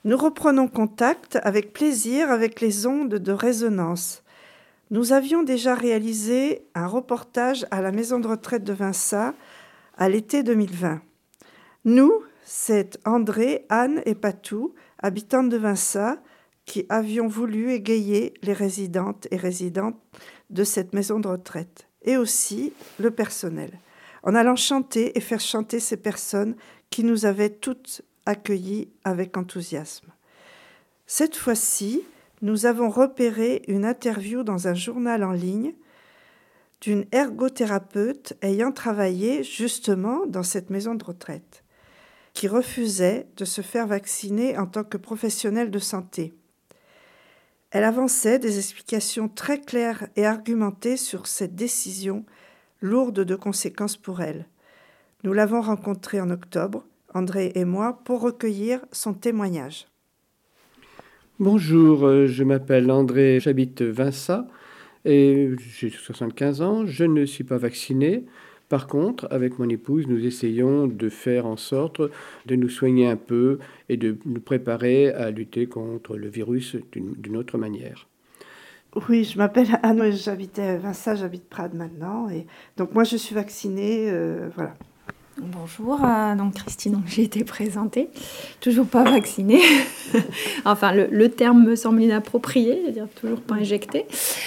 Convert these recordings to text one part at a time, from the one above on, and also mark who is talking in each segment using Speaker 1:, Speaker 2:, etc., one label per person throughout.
Speaker 1: Nous reprenons contact avec plaisir avec les ondes de résonance. Nous avions déjà réalisé un reportage à la maison de retraite de Vinça à l'été 2020. Nous, c'est André, Anne et Patou, habitantes de Vinça, qui avions voulu égayer les résidentes et résidents de cette maison de retraite, et aussi le personnel, en allant chanter et faire chanter ces personnes qui nous avaient toutes accueillis avec enthousiasme. Cette fois-ci, nous avons repéré une interview dans un journal en ligne d'une ergothérapeute ayant travaillé justement dans cette maison de retraite, qui refusait de se faire vacciner en tant que professionnelle de santé. Elle avançait des explications très claires et argumentées sur cette décision lourde de conséquences pour elle. Nous l'avons rencontrée en octobre, André et moi, pour recueillir son témoignage.
Speaker 2: Bonjour, je m'appelle André, j'habite Vinça et j'ai 75 ans, je ne suis pas vacciné. Par contre, avec mon épouse, nous essayons de faire en sorte de nous soigner un peu et de nous préparer à lutter contre le virus d'une autre manière.
Speaker 1: Oui, je m'appelle Anne, j'habitais à Vinça, j'habite Prades maintenant. Et donc moi, je suis vaccinée, voilà.
Speaker 3: Bonjour, donc Christine, donc j'ai été présentée, toujours pas vaccinée. Enfin, le terme me semble inapproprié, c'est-à-dire toujours pas injectée.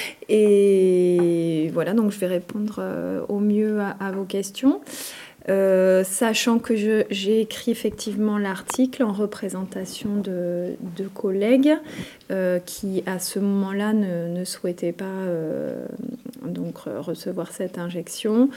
Speaker 3: Et voilà, donc je vais répondre au mieux à vos questions. Sachant que j'ai écrit effectivement l'article en représentation de collègues qui à ce moment-là ne souhaitaient pas donc recevoir cette injection.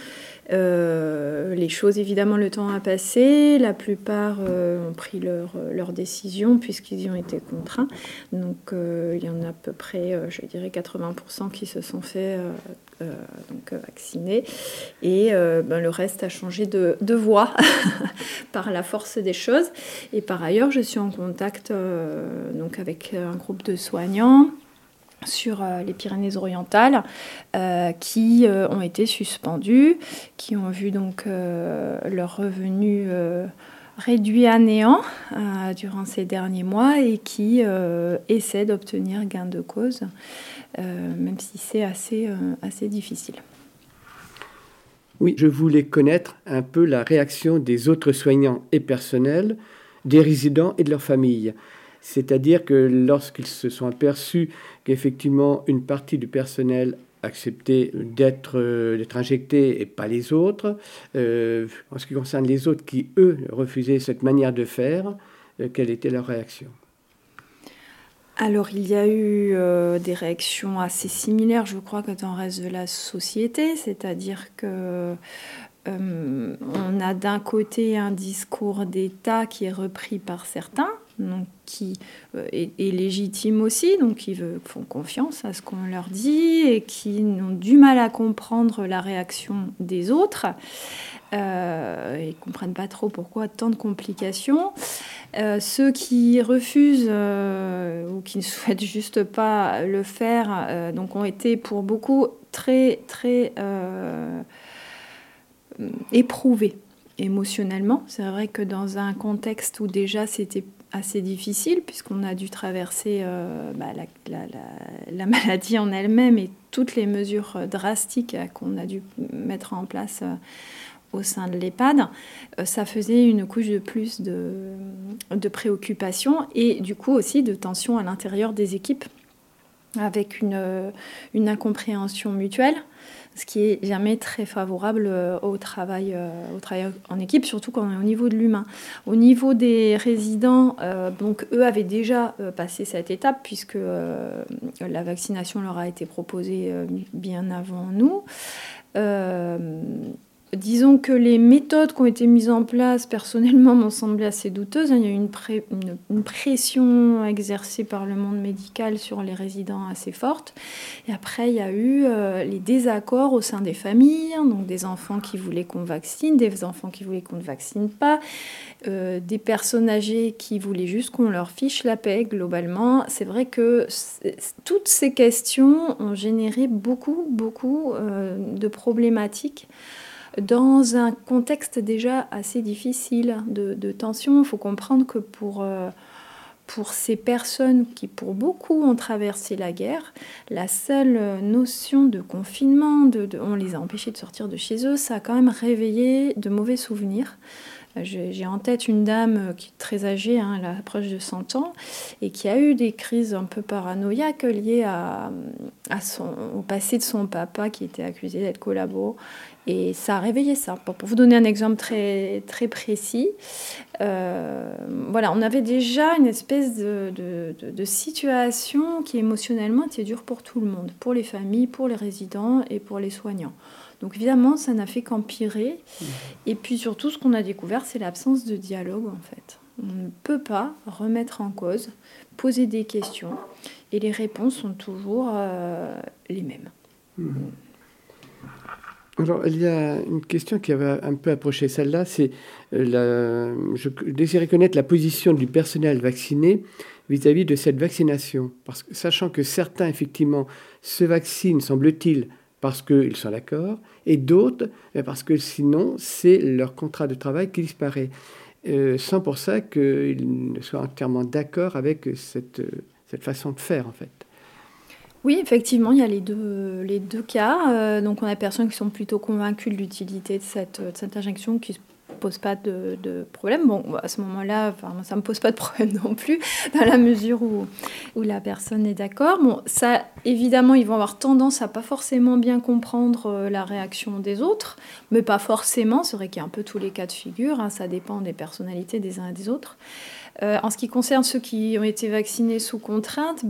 Speaker 3: Les choses, évidemment, le temps a passé. La plupart ont pris leur décision puisqu'ils y ont été contraints. Donc il y en a à peu près, je dirais 80% qui se sont fait vacciner. Et le reste a changé de voie par la force des choses. Et par ailleurs, je suis en contact donc avec un groupe de soignants sur les Pyrénées-Orientales qui ont été suspendus, qui ont vu donc leur revenu réduit à néant durant ces derniers mois et qui essaient d'obtenir gain de cause, même si c'est assez difficile.
Speaker 2: Oui, je voulais connaître un peu la réaction des autres soignants et personnels, des résidents et de leurs familles. C'est-à-dire que lorsqu'ils se sont aperçus qu'effectivement une partie du personnel acceptait d'être injecté et pas les autres, en ce qui concerne les autres qui, eux, refusaient cette manière de faire, quelle était leur réaction ?
Speaker 3: Alors, il y a eu des réactions assez similaires, je crois, que dans le reste de la société, c'est-à-dire que on a d'un côté un discours d'État qui est repris par certains, donc qui est légitime aussi, donc qui font confiance à ce qu'on leur dit et qui ont du mal à comprendre la réaction des autres. Ils ne comprennent pas trop pourquoi tant de complications. Ceux qui refusent ou qui ne souhaitent juste pas le faire donc ont été pour beaucoup très éprouvés émotionnellement. C'est vrai que dans un contexte où déjà c'était assez difficile puisqu'on a dû traverser la maladie en elle-même et toutes les mesures drastiques qu'on a dû mettre en place au sein de l'EHPAD, ça faisait une couche de plus de préoccupation et du coup aussi de tension à l'intérieur des équipes avec une incompréhension mutuelle, ce qui est jamais très favorable au travail en équipe, surtout quand on est au niveau de l'humain. Au niveau des résidents, donc eux avaient déjà passé cette étape puisque la vaccination leur a été proposée bien avant nous. Disons que les méthodes qui ont été mises en place, personnellement, m'ont semblé assez douteuses. Il y a eu une pression exercée par le monde médical sur les résidents assez forte. Et après, il y a eu les désaccords au sein des familles, donc des enfants qui voulaient qu'on vaccine, des enfants qui voulaient qu'on ne vaccine pas, des personnes âgées qui voulaient juste qu'on leur fiche la paix, globalement. C'est vrai que toutes ces questions ont généré beaucoup de problématiques dans un contexte déjà assez difficile de tension. Il faut comprendre que pour pour ces personnes qui, pour beaucoup, ont traversé la guerre, la seule notion de confinement, on les a empêchés de sortir de chez eux, ça a quand même réveillé de mauvais souvenirs. J'ai en tête une dame qui est très âgée, elle a proche de 100 ans, et qui a eu des crises un peu paranoïaques liées au passé de son papa qui était accusé d'être collabo. Et ça a réveillé ça. Pour vous donner un exemple très, très précis, on avait déjà une espèce de situation qui émotionnellement était dure pour tout le monde, pour les familles, pour les résidents et pour les soignants. Donc évidemment, ça n'a fait qu'empirer. Et puis surtout, ce qu'on a découvert, c'est l'absence de dialogue en fait. On ne peut pas remettre en cause, poser des questions, et les réponses sont toujours les mêmes.
Speaker 2: Alors, il y a une question qui avait un peu approché celle-là, c'est je désirais connaître la position du personnel vacciné vis-à-vis de cette vaccination. Parce que, sachant que certains, effectivement, se vaccinent, semble-t-il, parce qu'ils sont d'accord, et d'autres, parce que sinon, c'est leur contrat de travail qui disparaît. Sans pour ça qu'ils ne soient entièrement d'accord avec cette façon de faire, en fait.
Speaker 3: Oui, effectivement, il y a les deux cas. Donc, on a des personnes qui sont plutôt convaincues de l'utilité de cette injection qui ne pose pas de problème. Bon, à ce moment-là, ça ne me pose pas de problème non plus, dans la mesure où la personne est d'accord. Bon, ça, évidemment, ils vont avoir tendance à pas forcément bien comprendre la réaction des autres, mais pas forcément. C'est vrai qu'il y a un peu tous les cas de figure. Ça dépend des personnalités des uns et des autres. En ce qui concerne ceux qui ont été vaccinés sous contrainte,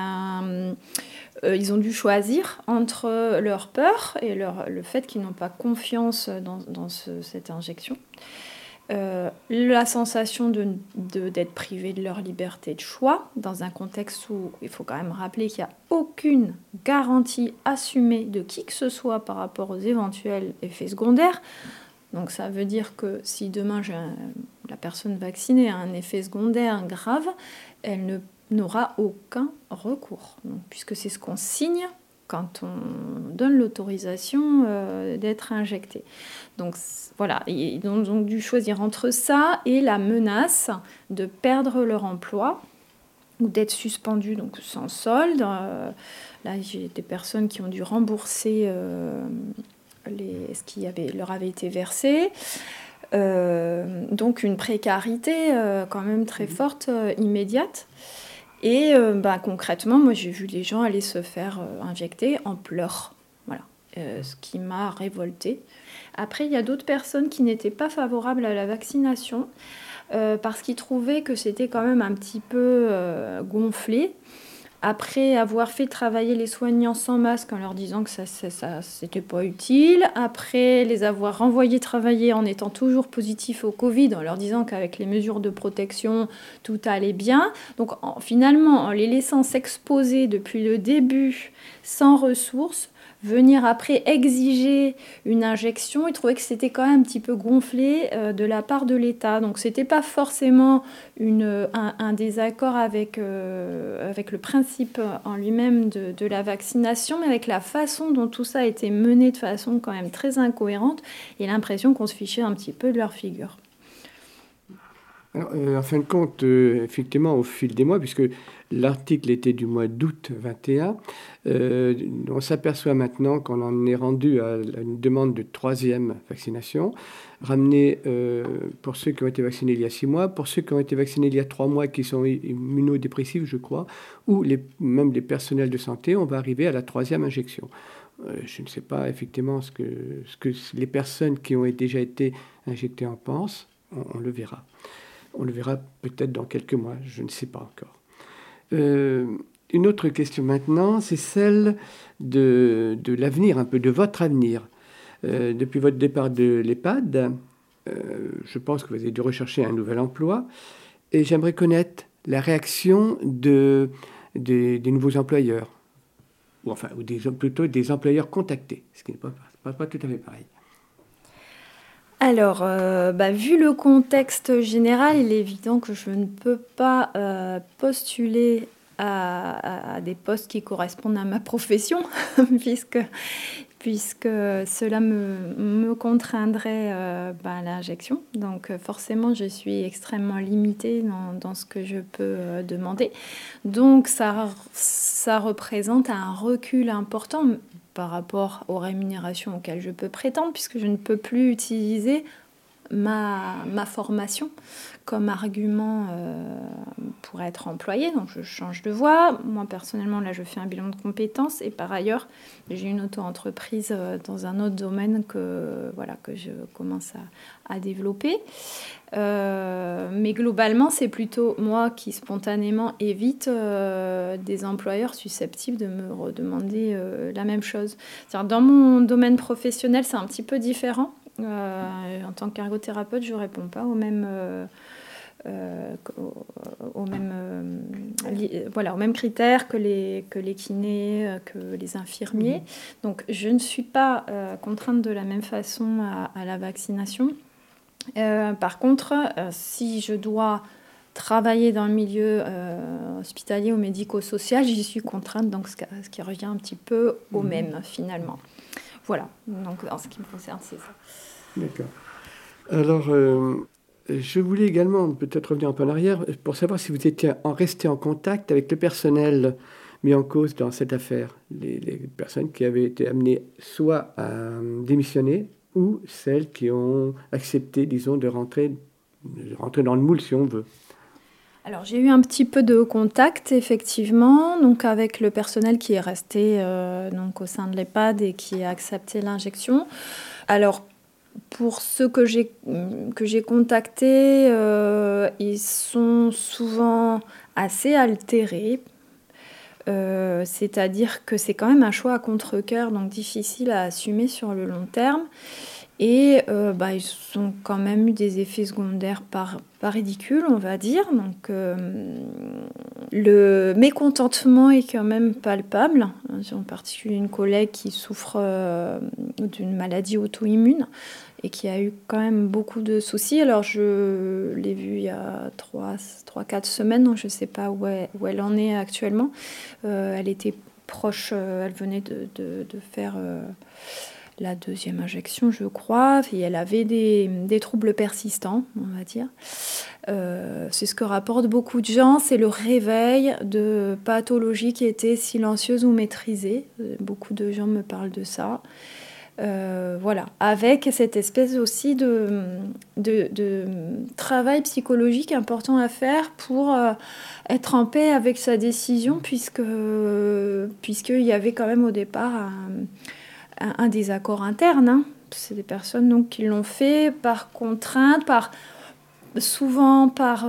Speaker 3: ils ont dû choisir entre leur peur et le fait qu'ils n'ont pas confiance dans cette injection. La sensation d'être privés de leur liberté de choix, dans un contexte où il faut quand même rappeler qu'il n'y a aucune garantie assumée de qui que ce soit par rapport aux éventuels effets secondaires. Donc ça veut dire que si demain la personne vaccinée a un effet secondaire grave, elle n'aura aucun recours. Donc, puisque c'est ce qu'on signe quand on donne l'autorisation d'être injecté. Donc voilà, ils ont donc dû choisir entre ça et la menace de perdre leur emploi ou d'être suspendus donc sans solde. Là, j'ai des personnes qui ont dû rembourser ce qui leur avait été versé. Donc une précarité quand même très forte, immédiate. Et concrètement, moi j'ai vu les gens aller se faire injecter en pleurs. Voilà, ce qui m'a révoltée. Après, il y a d'autres personnes qui n'étaient pas favorables à la vaccination parce qu'ils trouvaient que c'était quand même un petit peu gonflé. Après avoir fait travailler les soignants sans masque en leur disant que ça c'était pas utile, après les avoir renvoyés travailler en étant toujours positifs au Covid, en leur disant qu'avec les mesures de protection, tout allait bien. Donc finalement, en les laissant s'exposer depuis le début sans ressources, venir après exiger une injection, ils trouvaient que c'était quand même un petit peu gonflé de la part de l'État. Donc c'était pas forcément un désaccord avec le principe en lui-même de la vaccination, mais avec la façon dont tout ça a été mené de façon quand même très incohérente et l'impression qu'on se fichait un petit peu de leur figure.
Speaker 2: Alors, en fin de compte, effectivement, au fil des mois, puisque l'article était du mois d'août 21, on s'aperçoit maintenant qu'on en est rendu à une demande de 3e vaccination, ramenée pour ceux qui ont été vaccinés il y a 6 mois, pour ceux qui ont été vaccinés il y a 3 mois, qui sont immunodépressifs, je crois, ou même les personnels de santé, on va arriver à la 3e injection. Je ne sais pas effectivement ce que les personnes qui ont déjà été injectées en pensent, on le verra. On le verra peut-être dans quelques mois, je ne sais pas encore. Une autre question maintenant, c'est celle de l'avenir, un peu de votre avenir. Depuis votre départ de l'EHPAD, je pense que vous avez dû rechercher un nouvel emploi. Et j'aimerais connaître la réaction des nouveaux employeurs, ou plutôt des employeurs contactés, ce qui n'est pas tout à fait pareil.
Speaker 3: Alors, vu le contexte général, il est évident que je ne peux pas postuler à des postes qui correspondent à ma profession, puisque cela me contraindrait à l'injection. Donc forcément, je suis extrêmement limitée dans ce que je peux demander. Donc ça représente un recul important par rapport aux rémunérations auxquelles je peux prétendre, puisque je ne peux plus utiliser ma formation comme argument pour être employée. Donc je change de voie. Moi personnellement, là je fais un bilan de compétences et par ailleurs j'ai une auto-entreprise dans un autre domaine que je commence à développer. Mais globalement, c'est plutôt moi qui spontanément évite des employeurs susceptibles de me redemander la même chose. C'est-à-dire, dans mon domaine professionnel, c'est un petit peu différent. En tant qu'ergothérapeute, je ne réponds pas aux mêmes critères que les kinés, que les infirmiers. Donc, je ne suis pas contrainte de la même façon à la vaccination. Par contre, si je dois travailler dans le milieu hospitalier ou médico-social, j'y suis contrainte, donc ce qui revient un petit peu au même finalement. Voilà, donc en ce qui me concerne, c'est ça.
Speaker 2: D'accord. Alors, je voulais également peut-être revenir un peu en arrière pour savoir si vous étiez resté en contact avec le personnel mis en cause dans cette affaire, les personnes qui avaient été amenées soit à démissionner ou celles qui ont accepté, disons, de rentrer dans le moule, si on veut.
Speaker 3: Alors, j'ai eu un petit peu de contact, effectivement, donc avec le personnel qui est resté donc, au sein de l'EHPAD et qui a accepté l'injection. Alors, pour ceux que j'ai contactés, ils sont souvent assez altérés. C'est-à-dire que c'est quand même un choix à contre-cœur, donc difficile à assumer sur le long terme. Et ils ont quand même eu des effets secondaires pas ridicules, on va dire. Donc le mécontentement est quand même palpable. En particulier une collègue qui souffre d'une maladie auto-immune et qui a eu quand même beaucoup de soucis. Alors je l'ai vue il y a 3-4 semaines, donc je ne sais pas où elle en est actuellement. Elle était proche, elle venait de faire... la deuxième injection, je crois, et elle avait des troubles persistants, on va dire. C'est ce que rapportent beaucoup de gens, c'est le réveil de pathologies qui étaient silencieuses ou maîtrisées. Beaucoup de gens me parlent de ça. Voilà, avec cette espèce aussi de travail psychologique important à faire pour être en paix avec sa décision, puisqu'il y avait quand même au départ un désaccord interne. Hein. C'est des personnes donc, qui l'ont fait par contrainte, souvent par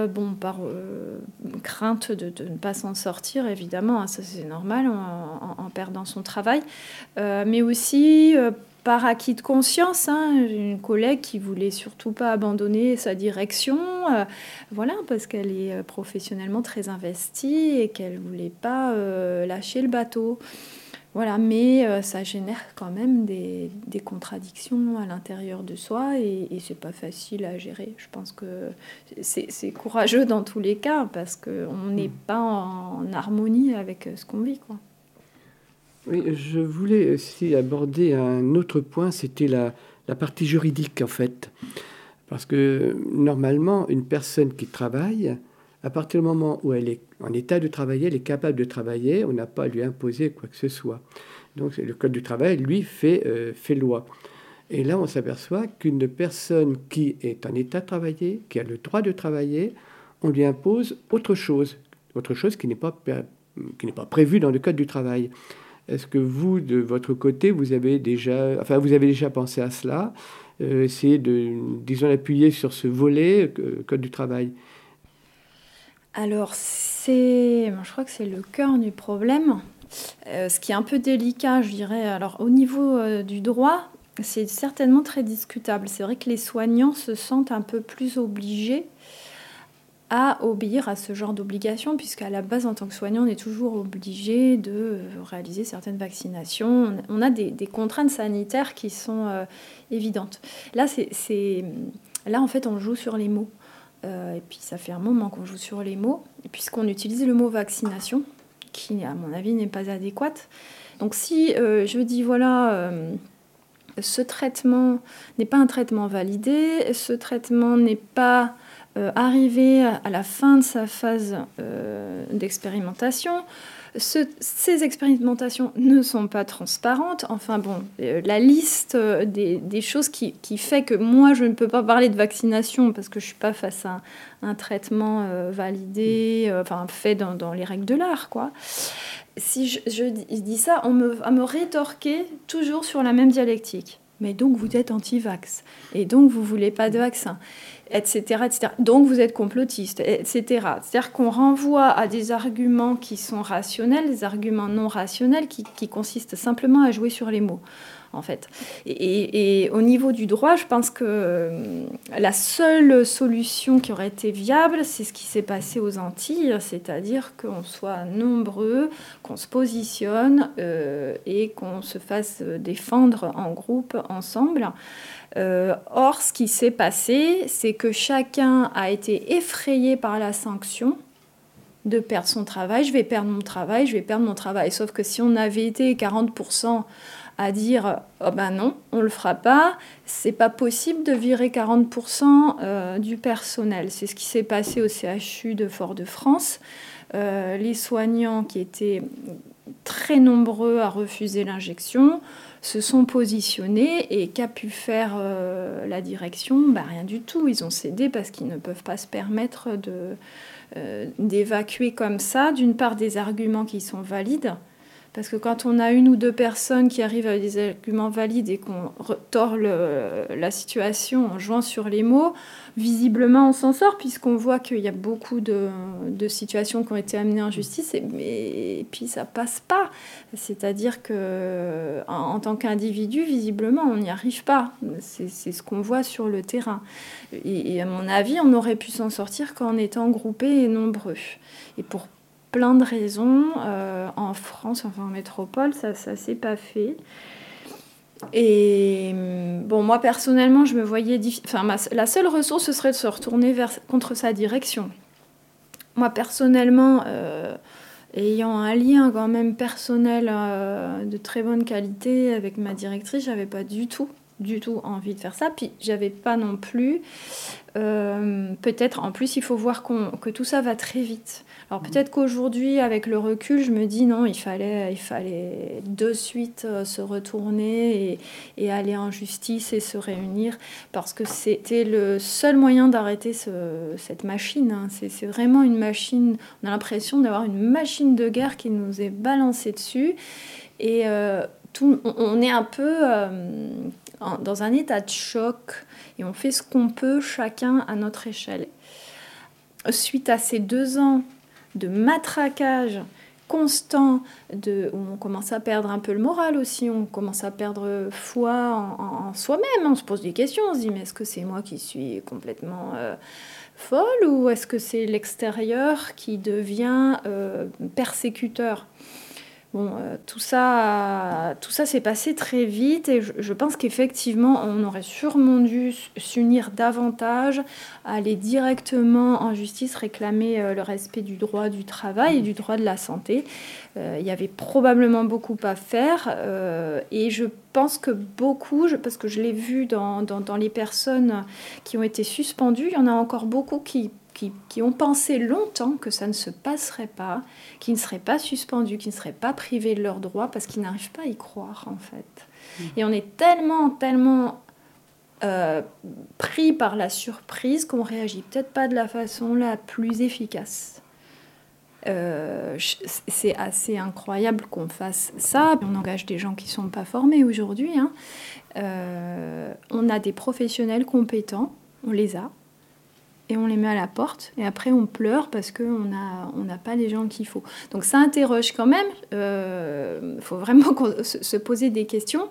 Speaker 3: crainte de ne pas s'en sortir, évidemment, hein, ça c'est normal, en perdant son travail, mais aussi par acquis de conscience. Hein, une collègue qui voulait surtout pas abandonner sa direction, parce qu'elle est professionnellement très investie et qu'elle voulait pas lâcher le bateau. Voilà, mais ça génère quand même des contradictions à l'intérieur de soi et c'est pas facile à gérer. Je pense que c'est courageux dans tous les cas parce qu'on n'est pas en harmonie avec ce qu'on vit, quoi.
Speaker 2: Oui, je voulais aussi aborder un autre point, c'était la partie juridique en fait. Parce que normalement, une personne qui travaille, à partir du moment où elle est en état de travailler, elle est capable de travailler, on n'a pas à lui imposer quoi que ce soit. Donc le Code du travail, lui, fait loi. Et là, on s'aperçoit qu'une personne qui est en état de travailler, qui a le droit de travailler, on lui impose autre chose qui n'est pas prévu dans le Code du travail. Est-ce que vous, de votre côté, vous avez déjà pensé à cela, essayer disons, d'appuyer sur ce volet Code du travail?
Speaker 3: Alors, je crois que c'est le cœur du problème. Ce qui est un peu délicat, je dirais. Alors, au niveau du droit, c'est certainement très discutable. C'est vrai que les soignants se sentent un peu plus obligés à obéir à ce genre d'obligation, puisqu'à la base, en tant que soignant, on est toujours obligé de réaliser certaines vaccinations. On a des contraintes sanitaires qui sont évidentes. Là, en fait, on joue sur les mots. Et puis ça fait un moment qu'on joue sur les mots, et puisqu'on utilise le mot vaccination, qui à mon avis n'est pas adéquate. Donc si je dis voilà, ce traitement n'est pas un traitement validé, ce traitement n'est pas arrivé à la fin de sa phase d'expérimentation, ces expérimentations ne sont pas transparentes. Enfin bon, la liste des choses qui fait que moi, je ne peux pas parler de vaccination parce que je ne suis pas face à un traitement validé, fait dans les règles de l'art, quoi. Si je dis ça, on va me rétorquer toujours sur la même dialectique. Mais donc, vous êtes anti-vax. Et donc, vous ne voulez pas de vaccin. Etc., etc. Donc vous êtes complotiste, etc. C'est-à-dire qu'on renvoie à des arguments qui sont rationnels, des arguments non rationnels qui consistent simplement à jouer sur les mots, en fait. Et au niveau du droit, je pense que la seule solution qui aurait été viable, c'est ce qui s'est passé aux Antilles, c'est-à-dire qu'on soit nombreux, qu'on se positionne et qu'on se fasse défendre en groupe, ensemble. Or, ce qui s'est passé, c'est que chacun a été effrayé par la sanction de perdre son travail. Je vais perdre mon travail, je vais perdre mon travail. Sauf que si on avait été 40% à dire oh ben non, on ne le fera pas, c'est pas possible de virer 40% du personnel. C'est ce qui s'est passé au CHU de Fort-de-France. Les soignants qui étaient très nombreux à refuser l'injection se sont positionnés, et qu'a pu faire la direction ? Rien du tout. Ils ont cédé parce qu'ils ne peuvent pas se permettre d'évacuer comme ça, d'une part, des arguments qui sont valides, parce que quand on a une ou deux personnes qui arrivent avec des arguments valides et qu'on tord la situation en jouant sur les mots, visiblement on s'en sort, puisqu'on voit qu'il y a beaucoup de situations qui ont été amenées en justice, et puis ça passe pas. C'est-à-dire que en tant qu'individu, visiblement, on n'y arrive pas. C'est ce qu'on voit sur le terrain. Et à mon avis, on aurait pu s'en sortir qu'en étant groupés et nombreux. Et pour plein de raisons, en France, en métropole, ça s'est pas fait. Et bon, moi personnellement, je me voyais... la seule ressource, ce serait de se retourner contre sa direction. Moi personnellement, ayant un lien quand même personnel de très bonne qualité avec ma directrice, j'avais pas du tout envie de faire ça. Puis j'avais pas non plus... peut-être, en plus, il faut voir que tout ça va très vite. Alors peut-être qu'aujourd'hui, avec le recul, je me dis non, il fallait de suite se retourner et aller en justice et se réunir, parce que c'était le seul moyen d'arrêter cette machine. Hein. C'est vraiment une machine, on a l'impression d'avoir une machine de guerre qui nous est balancée dessus. Et on est un peu dans un état de choc, et on fait ce qu'on peut chacun à notre échelle. Suite à ces 2 ans de matraquage constant, où on commence à perdre un peu le moral aussi, on commence à perdre foi en soi-même, on se pose des questions, on se dit mais est-ce que c'est moi qui suis complètement folle, ou est-ce que c'est l'extérieur qui devient persécuteur ? Bon, tout ça s'est passé très vite, et je pense qu'effectivement, on aurait sûrement dû s'unir davantage, aller directement en justice réclamer le respect du droit du travail et du droit de la santé. Il y avait probablement beaucoup à faire, et je pense que parce que je l'ai vu dans les personnes qui ont été suspendues, il y en a encore beaucoup qui ont pensé longtemps que ça ne se passerait pas, qui ne seraient pas suspendus, qui ne seraient pas privés de leurs droits, parce qu'ils n'arrivent pas à y croire, en fait. Et on est tellement pris par la surprise qu'on réagit peut-être pas de la façon la plus efficace. C'est assez incroyable qu'on fasse ça. On engage des gens qui ne sont pas formés aujourd'hui. Hein. On a des professionnels compétents, on les a. Et on les met à la porte, et après on pleure parce qu'on n'a pas les gens qu'il faut. Donc ça interroge quand même, faut vraiment se poser des questions.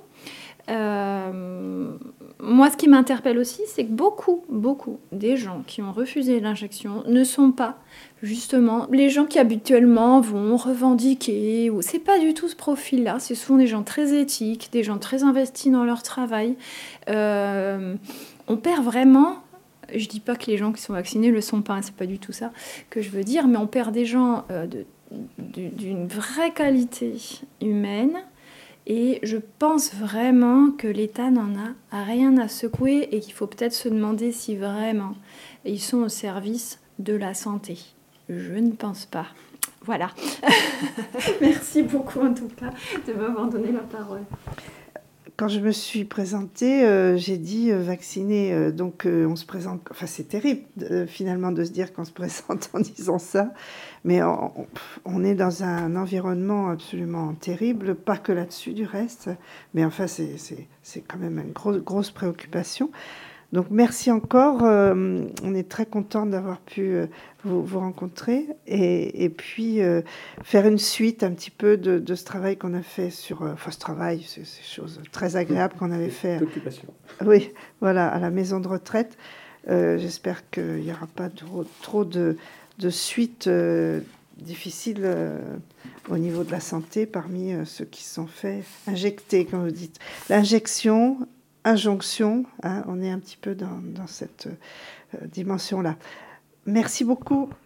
Speaker 3: Moi, ce qui m'interpelle aussi, c'est que beaucoup des gens qui ont refusé l'injection ne sont pas justement les gens qui habituellement vont revendiquer, ou c'est pas du tout ce profil-là. C'est souvent des gens très éthiques, des gens très investis dans leur travail. On perd vraiment je dis pas que les gens qui sont vaccinés le sont pas, c'est pas du tout ça que je veux dire, mais on perd des gens d'une vraie qualité humaine. Et je pense vraiment que l'État n'en a rien à secouer et qu'il faut peut-être se demander si vraiment ils sont au service de la santé. Je ne pense pas. Voilà. Merci beaucoup en tout cas de m'avoir donné la parole.
Speaker 1: Quand je me suis présentée, j'ai dit vacciné. Donc on se présente. Enfin, c'est terrible finalement de se dire qu'on se présente en disant ça. Mais on est dans un environnement absolument terrible, pas que là-dessus du reste. Mais enfin, c'est quand même une grosse préoccupation. Donc merci encore. On est très content d'avoir pu vous rencontrer et puis faire une suite un petit peu de ce travail qu'on a fait sur... Enfin, ce travail, ces choses très agréables qu'on avait fait.
Speaker 2: Occupation.
Speaker 1: Oui, voilà, à la maison de retraite. J'espère qu'il n'y aura pas trop de suites difficiles au niveau de la santé parmi ceux qui se sont fait injecter, comme vous dites. L'injection... injonction, hein, on est un petit peu dans cette dimension-là. Merci beaucoup.